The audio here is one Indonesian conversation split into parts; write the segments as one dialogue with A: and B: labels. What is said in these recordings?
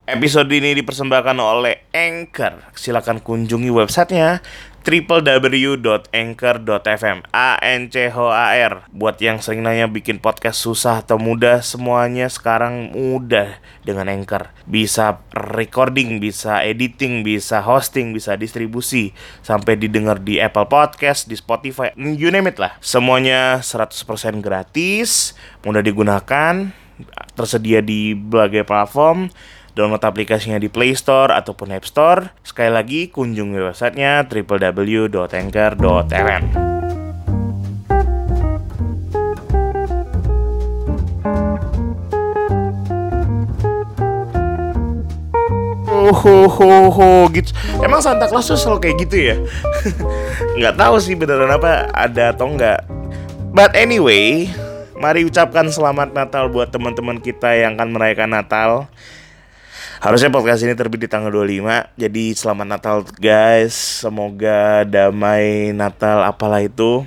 A: Episode ini dipersembahkan oleh Anchor. Silakan kunjungi websitenya www.anchor.fm. ANCHOR. Buat yang sering nanya bikin podcast susah atau mudah, semuanya sekarang mudah dengan Anchor. Bisa recording, bisa editing, bisa hosting, bisa distribusi, sampai didengar di Apple Podcast, di Spotify, you name it lah. Semuanya 100% gratis, mudah digunakan, tersedia di berbagai platform. Download aplikasinya di Play Store ataupun App Store. Sekali lagi, kunjungi websitenya www.anchor.fm. Gitu. Emang Santa Claus tuh selalu kayak gitu ya? Nggak tahu sih beneran apa ada atau nggak. But anyway, mari ucapkan selamat Natal buat teman-teman kita yang akan merayakan Natal. Harusnya podcast ini terbit di tanggal 25. Jadi selamat Natal guys. Semoga damai Natal apalah itu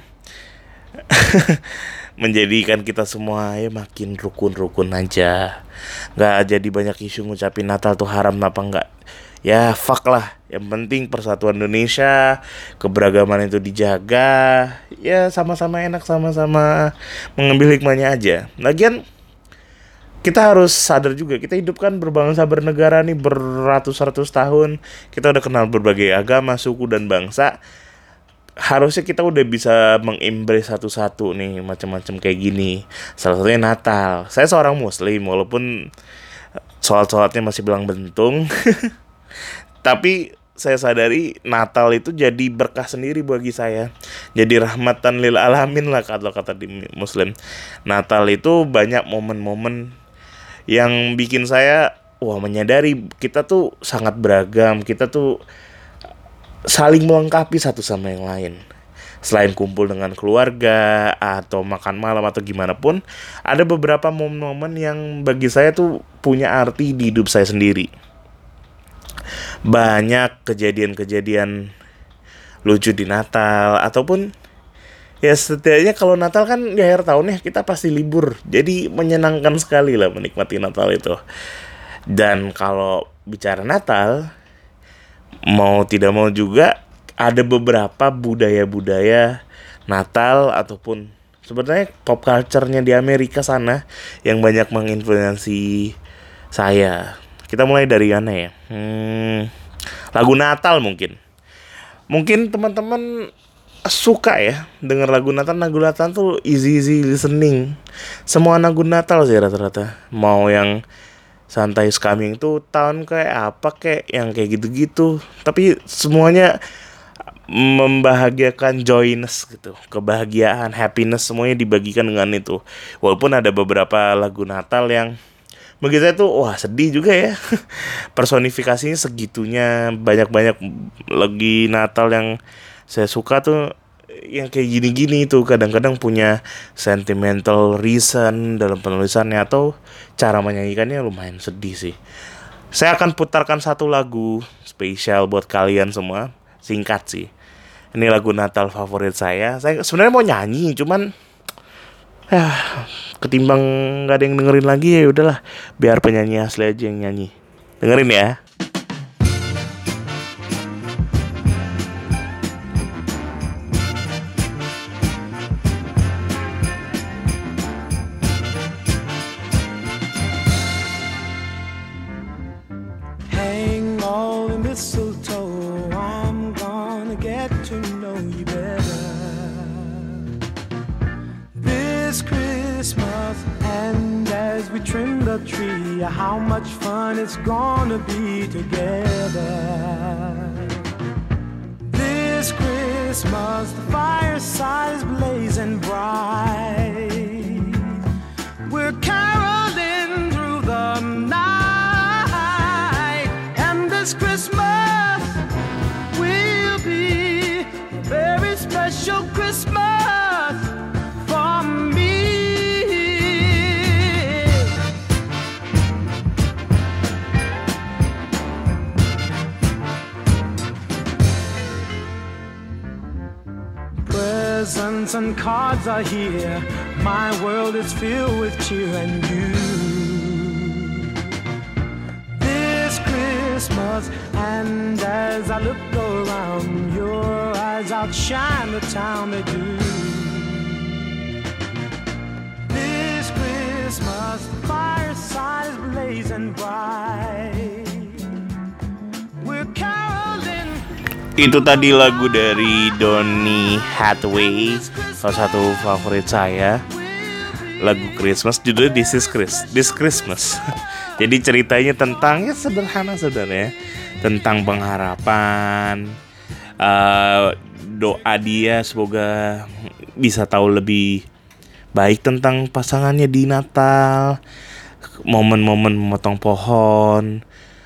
A: menjadikan kita semua makin rukun-rukun aja. Gak jadi banyak isu ngucapin Natal tuh haram apa enggak. Ya fuck lah. Yang penting persatuan Indonesia, keberagaman itu dijaga. Ya sama-sama enak, sama-sama mengambil hikmahnya aja. Lagian kita harus sadar juga, kita hidup kan berbangsa bernegara nih beratus-ratus tahun. Kita udah kenal berbagai agama, suku, dan bangsa. Harusnya kita udah bisa mengembrace satu-satu nih, macam-macam kayak gini. Salah satunya Natal. Saya seorang muslim, walaupun sholat-sholatnya masih belang bentung. Tapi saya sadari Natal itu jadi berkah sendiri bagi saya. Jadi rahmatan lil alamin lah kalau kata di muslim. Natal itu banyak momen-momen yang bikin saya menyadari kita tuh sangat beragam, kita tuh saling melengkapi satu sama yang lain. Selain kumpul dengan keluarga atau makan malam atau gimana pun, ada beberapa momen-momen yang bagi saya tuh punya arti di hidup saya sendiri. Banyak kejadian-kejadian lucu di Natal ataupun ya setidaknya kalau Natal kan di akhir tahun ya kita pasti libur. Jadi menyenangkan sekali lah menikmati Natal itu. Dan kalau bicara Natal, mau tidak mau juga ada beberapa budaya-budaya Natal ataupun sebenarnya pop culture-nya di Amerika sana yang banyak menginfluensi saya. Kita mulai dari mana ya? Lagu Natal mungkin. Mungkin teman-teman suka ya denger lagu Natal. Lagu Natal tuh easy listening. Semua lagu Natal sih rata-rata. Mau yang Santa is Coming tuh tahun kayak apa kayak yang kayak gitu-gitu. Tapi semuanya membahagiakan, joyness gitu, kebahagiaan, happiness, semuanya dibagikan dengan itu. Walaupun ada beberapa lagu Natal yang bagi saya tuh sedih juga ya. Personifikasinya segitunya. Banyak-banyak lagi Natal yang saya suka tuh yang kayak gini-gini tuh kadang-kadang punya sentimental reason dalam penulisannya atau cara menyanyikannya lumayan sedih sih. Saya akan putarkan satu lagu spesial buat kalian semua, singkat sih. Ini lagu Natal favorit saya. Saya sebenarnya mau nyanyi, cuman ketimbang nggak ada yang dengerin lagi ya udahlah, biar penyanyi asli aja yang nyanyi. Dengerin ya.
B: Mistletoe, I'm gonna get to know you better this Christmas. And as we trim the tree, how much fun it's gonna be together this Christmas. The fireside is blazing bright, we're caroling through the night, and this Christmas will be a very special Christmas for me. Presents and cards are here, my world is filled with cheer and you. this Christmas. And as I look around, your eyes outshine the town they do. This Christmas, the fireside is blazing bright. We're caroling.
A: Itu tadi lagu dari Donny Hathaway, salah satu favorit saya. Lagu Christmas judulnya This Christmas. Jadi ceritanya tentang, ya sederhana sebenarnya, tentang pengharapan, doa dia semoga bisa tahu lebih baik tentang pasangannya di Natal, momen-momen memotong pohon,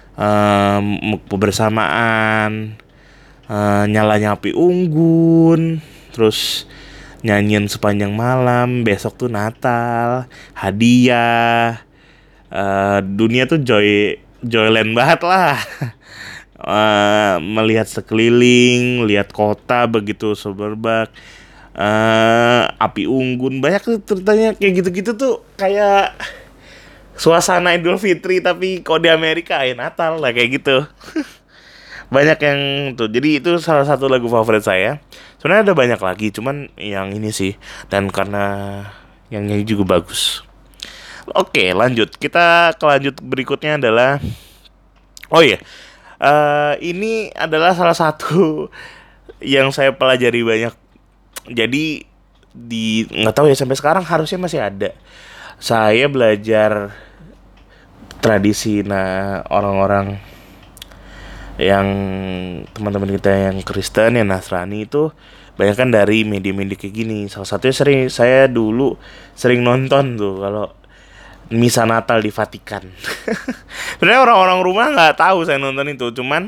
A: kebersamaan, nyalanya api unggun, terus nyanyian sepanjang malam, besok tuh Natal, hadiah, dunia tuh joyland banget lah. Melihat sekeliling, lihat kota begitu semerbak, api unggun, banyak tuh ceritanya kayak gitu-gitu tuh, kayak suasana Idul Fitri tapi kok di Amerika ya Natal lah kayak gitu. Banyak yang tuh, jadi itu salah satu lagu favorit saya. Sebenarnya ada banyak lagi, cuman yang ini sih, dan karena yang nyanyi juga bagus. Oke, lanjut. Kita lanjut berikutnya adalah, oh iya, ini adalah salah satu yang saya pelajari banyak. Jadi nggak tahu ya, sampai sekarang harusnya masih ada. Saya belajar tradisi orang-orang yang teman-teman kita yang Kristen, yang Nasrani itu banyak kan dari media-media kayak gini. Salah satunya saya dulu sering nonton tuh kalau misa Natal di Vatikan. Sebenarnya orang-orang rumah nggak tahu saya nonton itu, cuman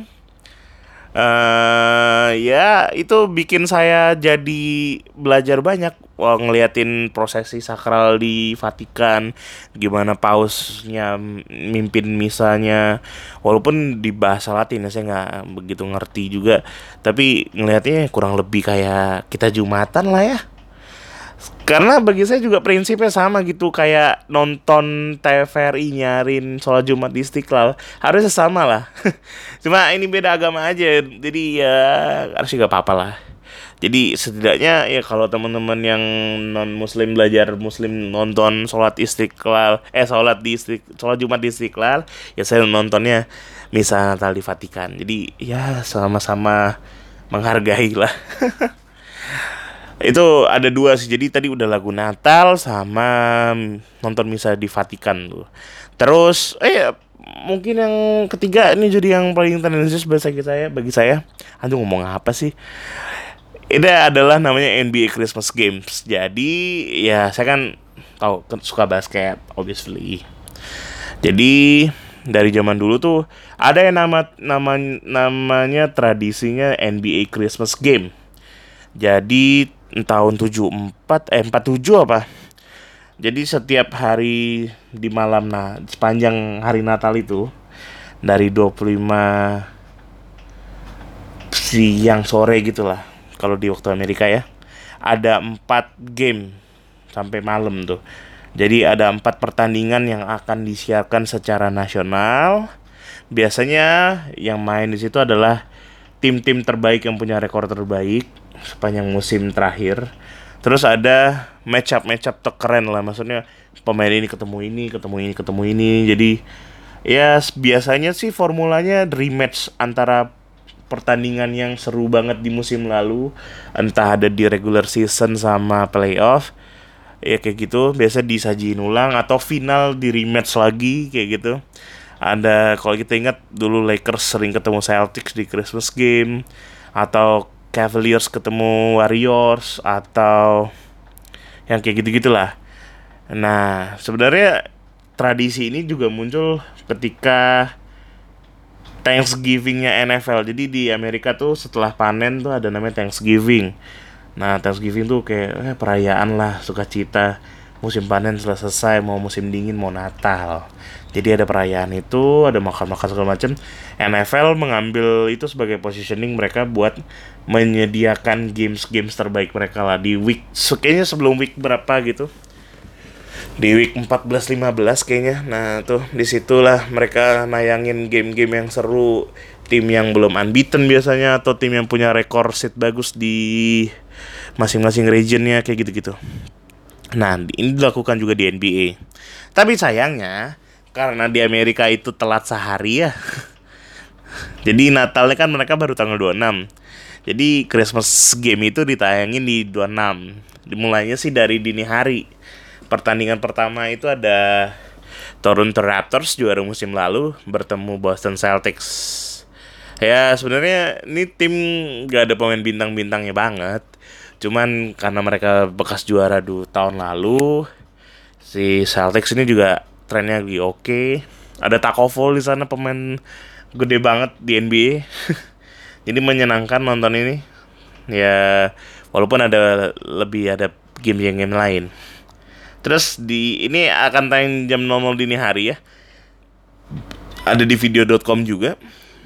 A: ya itu bikin saya jadi belajar banyak. Ngeliatin prosesi sakral di Vatikan, gimana pausnya mimpin misanya, walaupun di bahasa Latin ya, saya nggak begitu ngerti juga, tapi ngelihatnya kurang lebih kayak kita Jumatan lah ya. Karena bagi saya juga prinsipnya sama gitu, kayak nonton TVRI nyarin sholat Jumat di Istiqlal, harusnya sama lah. Cuma ini beda agama aja, jadi ya harusnya gak apa-apa lah. Jadi setidaknya ya kalau teman-teman yang non Muslim belajar Muslim nonton sholat Istiqlal, sholat Jumat di Istiqlal, ya saya nontonnya misa Natal di Vatikan. Jadi ya sama-sama menghargai lah. Itu ada dua sih. Jadi tadi udah lagu Natal sama nonton misa di Vatikan tuh. Terus mungkin yang ketiga ini jadi yang paling tendensius bagi saya. Aduh, ngomong apa sih? Ini adalah namanya NBA Christmas Games. Jadi ya saya kan tahu suka basket obviously. Jadi dari zaman dulu tuh ada yang namanya tradisinya NBA Christmas Game. Jadi tahun 47 apa. Jadi setiap hari di malam, sepanjang hari Natal itu, dari 25 siang sore gitulah kalau di waktu Amerika ya, ada 4 game sampai malam tuh. Jadi ada 4 pertandingan yang akan disiarkan secara nasional. Biasanya yang main di situ adalah tim-tim terbaik yang punya rekor terbaik sepanjang musim terakhir. Terus ada match-up terkeren lah, maksudnya pemain ini ketemu ini. Jadi ya biasanya sih formulanya rematch antara pertandingan yang seru banget di musim lalu, entah ada di regular season sama playoff, ya kayak gitu. Biasa disajiin ulang atau final di rematch lagi kayak gitu. Ada, kalau kita ingat dulu Lakers sering ketemu Celtics di Christmas game, atau Cavaliers ketemu Warriors, atau yang kayak gitu-gitulah. Nah, sebenarnya tradisi ini juga muncul ketika Thanksgiving-nya NFL. Jadi di Amerika tuh setelah panen tuh ada namanya Thanksgiving. Nah, Thanksgiving tuh kayak perayaan lah, sukacita. Musim panen setelah selesai, mau musim dingin, mau Natal. Jadi ada perayaan itu, ada makan-makan segala macam. NFL mengambil itu sebagai positioning mereka buat menyediakan games terbaik mereka lah di week, kayaknya sebelum week berapa gitu. di week 14-15 kayaknya. Nah tuh disitulah mereka nayangin game-game yang seru, tim yang belum unbeaten biasanya atau tim yang punya rekor seed bagus di masing-masing regionnya kayak gitu-gitu. Nah ini dilakukan juga di NBA. Tapi sayangnya karena di Amerika itu telat sehari ya. Jadi Natalnya kan mereka baru tanggal 26. Jadi Christmas game itu ditayangin di 26. Dimulainya sih dari dini hari. Pertandingan pertama itu ada Toronto Raptors juara musim lalu bertemu Boston Celtics. Ya sebenarnya ini tim gak ada pemain bintang-bintangnya banget. Cuman karena mereka bekas juara tahun lalu, si Celtics ini juga trennya lagi oke. Ada Taco Fall di sana, pemain gede banget di NBA. Jadi menyenangkan nonton ini. Ya walaupun ada game-game lain. Terus di ini akan tayang jam 00 dini hari ya. Ada di video.com juga.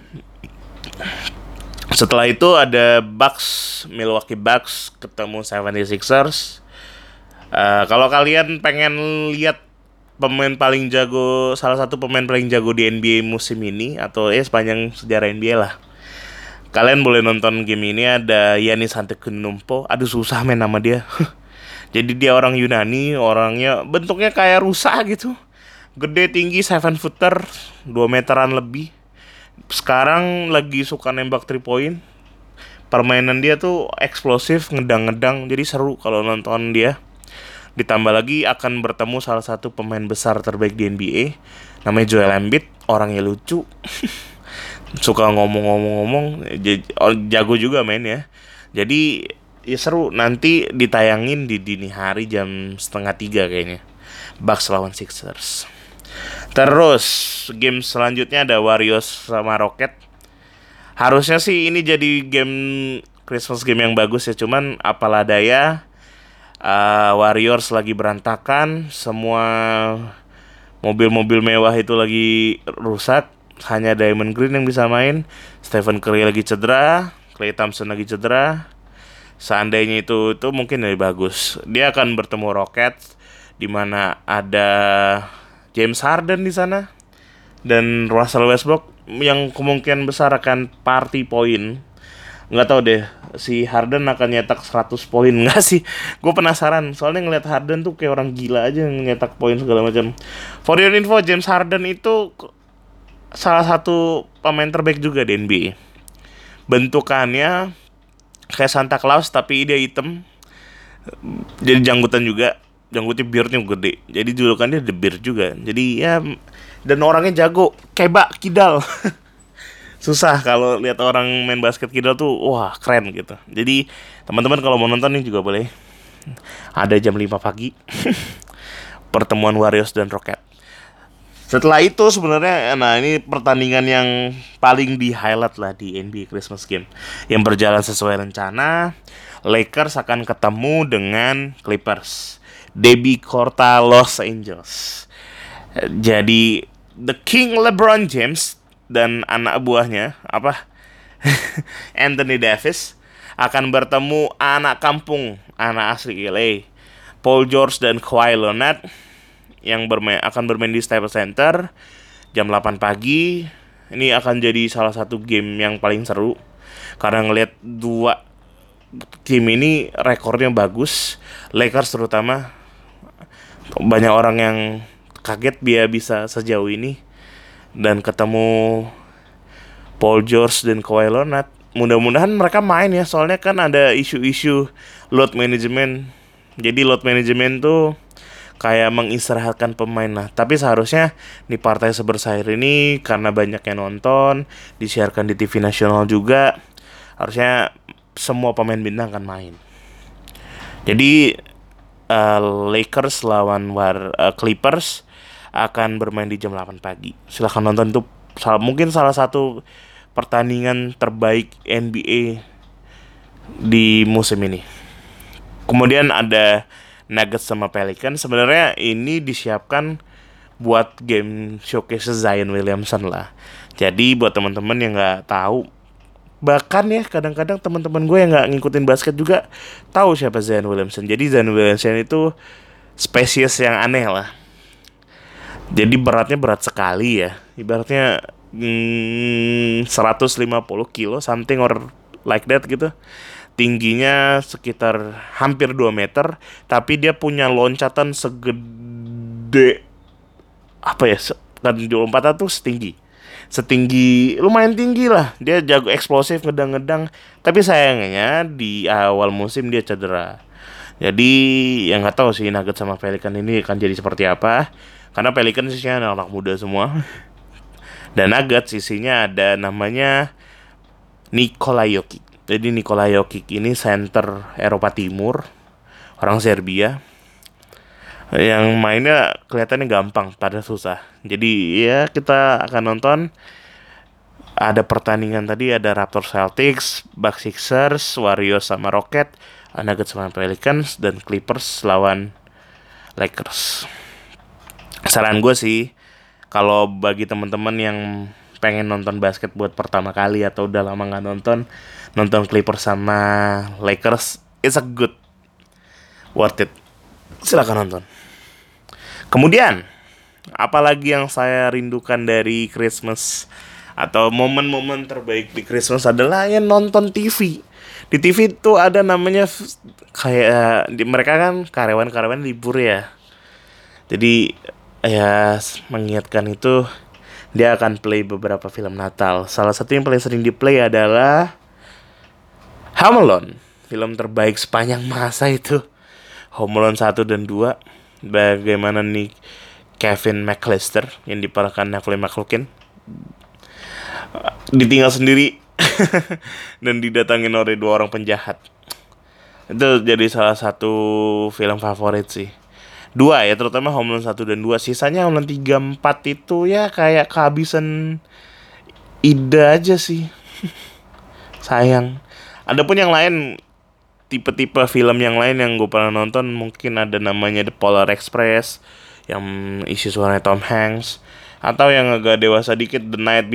A: Setelah itu ada Milwaukee Bucks ketemu 76ers. Kalau kalian pengen lihat salah satu pemain paling jago di NBA musim ini atau sepanjang sejarah NBA lah, kalian boleh nonton game ini. Ada Giannis Antetokounmpo. Aduh susah main nama dia. Jadi dia orang Yunani, orangnya bentuknya kayak rusa gitu. Gede, tinggi, 7 footer, 2 meteran lebih. Sekarang lagi suka nembak 3 point. Permainan dia tuh eksplosif, ngedang-ngedang. Jadi seru kalau nonton dia. Ditambah lagi akan bertemu salah satu pemain besar terbaik di NBA. Namanya Joel Embiid, orangnya lucu. Suka ngomong-ngomong, jago juga mainnya. Jadi ya seru, nanti ditayangin di dini hari jam 2:30 kayaknya. Bucks lawan Sixers. Terus game selanjutnya ada Warriors sama Rocket. Harusnya sih ini jadi game Christmas game yang bagus ya, cuman apalah daya, Warriors lagi berantakan, semua mobil-mobil mewah itu lagi rusak. Hanya Draymond Green yang bisa main. Stephen Curry lagi cedera, Klay Thompson lagi cedera. Seandainya itu mungkin lebih bagus. Dia akan bertemu Rockets, di mana ada James Harden di sana dan Russell Westbrook yang kemungkinan besar akan party point. Nggak tahu deh si Harden akan nyetak 100 poin nggak sih? Gue penasaran. Soalnya ngeliat Harden tuh kayak orang gila aja nyetak poin segala macam. For your info, James Harden itu salah satu pemain terbaik juga di NBA. Bentukannya kayak Santa Claus tapi dia hitam. Jadi janggutan juga. Janggutnya beardnya gede. Jadi julukannya The Beard juga. Jadi ya, dan orangnya jago. Kayak kidal. Susah kalau lihat orang main basket kidal tuh, wah keren gitu. Jadi teman-teman kalau mau nonton nih juga boleh. Ada jam 5 pagi. Pertemuan Warriors dan Rocket. Setelah itu sebenarnya, nah ini pertandingan yang paling di highlight lah di NBA Christmas Game, yang berjalan sesuai rencana. Lakers akan ketemu dengan Clippers, Debbie Corta Los Angeles. Jadi The King LeBron James dan anak buahnya Anthony Davis akan bertemu anak kampung, anak asli LA, Paul George dan Kawhi Leonard, yang akan bermain di Staples Center jam 8 pagi. Ini akan jadi salah satu game yang paling seru karena ngelihat dua tim ini rekornya bagus. Lakers terutama, banyak orang yang kaget dia bisa sejauh ini, dan ketemu Paul George dan Kawhi Leonard. Mudah-mudahan mereka main ya, soalnya kan ada isu-isu load management. Jadi load management tuh kayak mengistirahatkan pemain lah. Tapi seharusnya di partai sebersair ini, karena banyak yang nonton, disiarkan di TV nasional juga, harusnya semua pemain bintang akan main. Jadi Lakers lawan Clippers akan bermain di jam 8 pagi. Silahkan nonton, itu mungkin salah satu pertandingan terbaik NBA di musim ini. Kemudian ada Nuggets sama Pelicans. Sebenarnya ini disiapkan buat game showcase Zion Williamson lah. Jadi buat teman-teman yang nggak tahu, bahkan ya kadang-kadang teman-teman gue yang nggak ngikutin basket juga tahu siapa Zion Williamson. Jadi Zion Williamson itu spesies yang aneh lah. Jadi beratnya berat sekali ya. Ibaratnya 150 kilo something or like that gitu. Tingginya sekitar hampir 2 meter, tapi dia punya loncatan segede apa ya? Kan di lompatan tuh setinggi lumayan tinggi lah. Dia jago eksplosif, ngedang-ngedang. Tapi sayangnya di awal musim dia cedera. Jadi yang nggak tahu sih Nugget sama Pelican ini akan jadi seperti apa. Karena Pelican sisinya anak-anak muda semua. Dan Nugget sisinya ada namanya Nikola Jokic. Jadi Nikola Jokic ini center Eropa Timur, orang Serbia. Yang mainnya kelihatannya gampang, pada susah. Jadi ya kita akan nonton. Ada pertandingan tadi, ada Raptors Celtics, Bucks Sixers, Warriors sama Rocket, Nuggets sama Pelicans, dan Clippers lawan Lakers. Saran gue sih, kalau bagi teman-teman yang pengen nonton basket buat pertama kali atau udah lama nggak nonton Clippers sama Lakers, it's a good, worth it. Silakan nonton. Kemudian, apalagi yang saya rindukan dari Christmas atau momen-momen terbaik di Christmas adalah ya nonton TV. Di TV tuh ada namanya kayak mereka kan karyawan-karyawan libur ya. Jadi ya mengingatkan itu dia akan play beberapa film Natal. Salah satu yang paling sering di play adalah Home Alone, film terbaik sepanjang masa itu. Home Alone 1 dan 2. Bagaimana nih Kevin McAllister yang diperankan Macaulay Culkin ditinggal sendiri dan didatangin oleh 2 orang penjahat. Itu jadi salah satu film favorit sih. 2 ya, terutama Home Alone 1 dan 2. Sisanya Home Alone 3, 4 itu ya kayak kehabisan ide aja sih. Sayang. Adapun yang lain, tipe-tipe film yang lain yang gue pernah nonton, mungkin ada namanya The Polar Express yang isi suaranya Tom Hanks, atau yang agak dewasa dikit The Night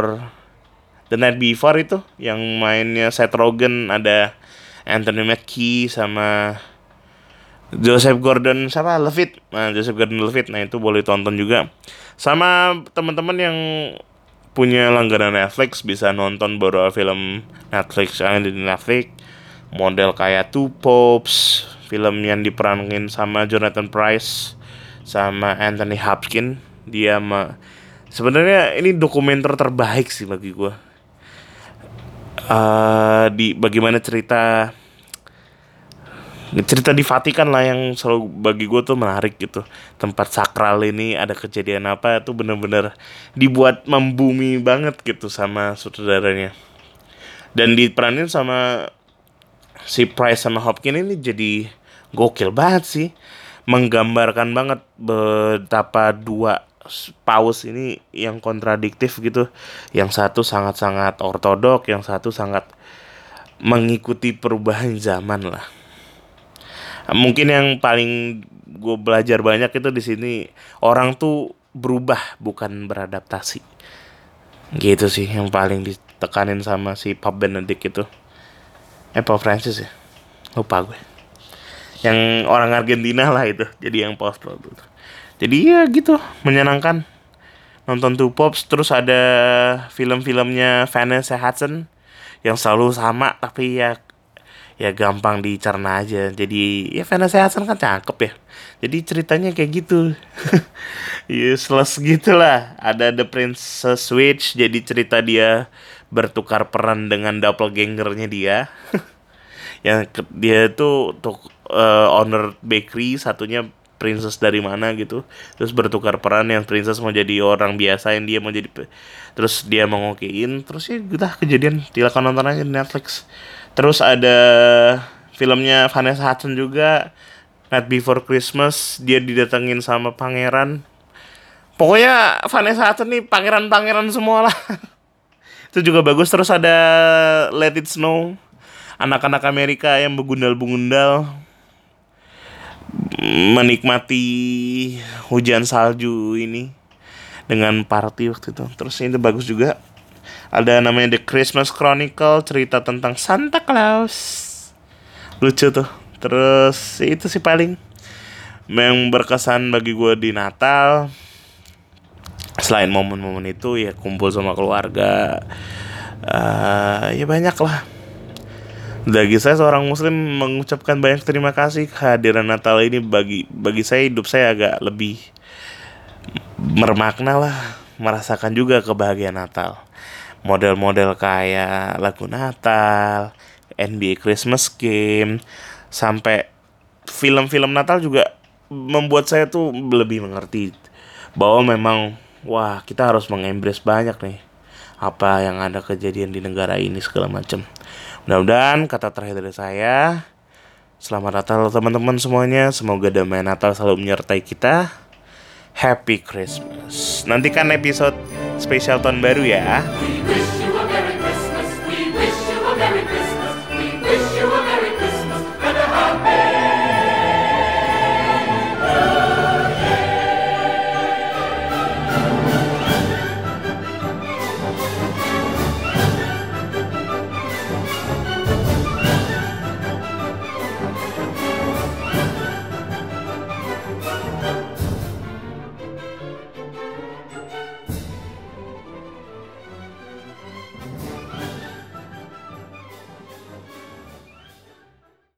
A: Before itu yang mainnya Seth Rogen, ada Anthony Mackie sama Joseph Gordon-Levitt. Nah, Joseph Gordon-Levitt, nah itu boleh tonton juga. Sama teman-teman yang punya langganan Netflix bisa nonton beberapa film Netflix yang ada di Netflix. Model kayak Two Popes, film yang diperanin sama Jonathan Pryce sama Anthony Hopkins. Sebenarnya ini dokumenter terbaik sih bagi gue. Di bagaimana cerita di Vatikan lah yang selalu bagi gue tuh menarik gitu. Tempat sakral ini ada kejadian apa tuh bener-bener dibuat membumi banget gitu sama sutradaranya. Dan diperanin sama si Price sama Hopkins ini jadi gokil banget sih. Menggambarkan banget betapa 2 paus ini yang kontradiktif gitu. Yang satu sangat-sangat ortodok, yang satu sangat mengikuti perubahan zaman lah. Mungkin yang paling gue belajar banyak itu di sini, orang tuh berubah bukan beradaptasi. Gitu sih yang paling ditekanin sama si Pope Benedict itu. Pope Francis ya, lupa gue. Yang orang Argentina lah itu, jadi yang post itu. Jadi ya gitu, menyenangkan nonton Two Popes. Terus ada film-filmnya Vanessa Hudgens yang selalu sama tapi ya gampang dicerna aja. Jadi ya Vanessa Hudgens kan cakep ya. Jadi ceritanya kayak gitu. Useless gitu lah. Ada The Princess Switch, jadi cerita dia bertukar peran dengan doppelgangernya dia. Yang dia tuh owner bakery, satunya princess dari mana gitu. Terus bertukar peran, yang princess mau jadi orang biasa, yang dia mau jadi terus dia mau ngokein. Terus ya udah kejadian, silakan nonton aja di Netflix. Terus ada filmnya Vanessa Hudgens juga, Night Before Christmas. Dia didatengin sama pangeran. Pokoknya Vanessa Hudgens nih pangeran-pangeran semua lah. Itu juga bagus. Terus ada Let It Snow, anak-anak Amerika yang begundal-begundal menikmati hujan salju ini dengan party waktu itu. Terus ini bagus juga. Ada namanya The Christmas Chronicle, cerita tentang Santa Claus. Lucu tuh. Terus itu sih paling. yang berkesan bagi gue di Natal, selain momen-momen itu ya kumpul sama keluarga, ya banyak lah. Bagi saya seorang muslim mengucapkan banyak terima kasih kehadiran Natal ini bagi saya, hidup saya agak lebih bermakna lah, merasakan juga kebahagiaan Natal. Model-model kayak lagu Natal, NBA Christmas Game, sampai film-film Natal juga membuat saya tuh lebih mengerti bahwa memang wah, kita harus mengembrace banyak nih apa yang ada kejadian di negara ini segala macam. Mudah-mudahan kata terakhir dari saya, selamat Natal teman-teman semuanya. Semoga damai Natal selalu menyertai kita. Happy Christmas. Nantikan episode spesial tahun baru ya.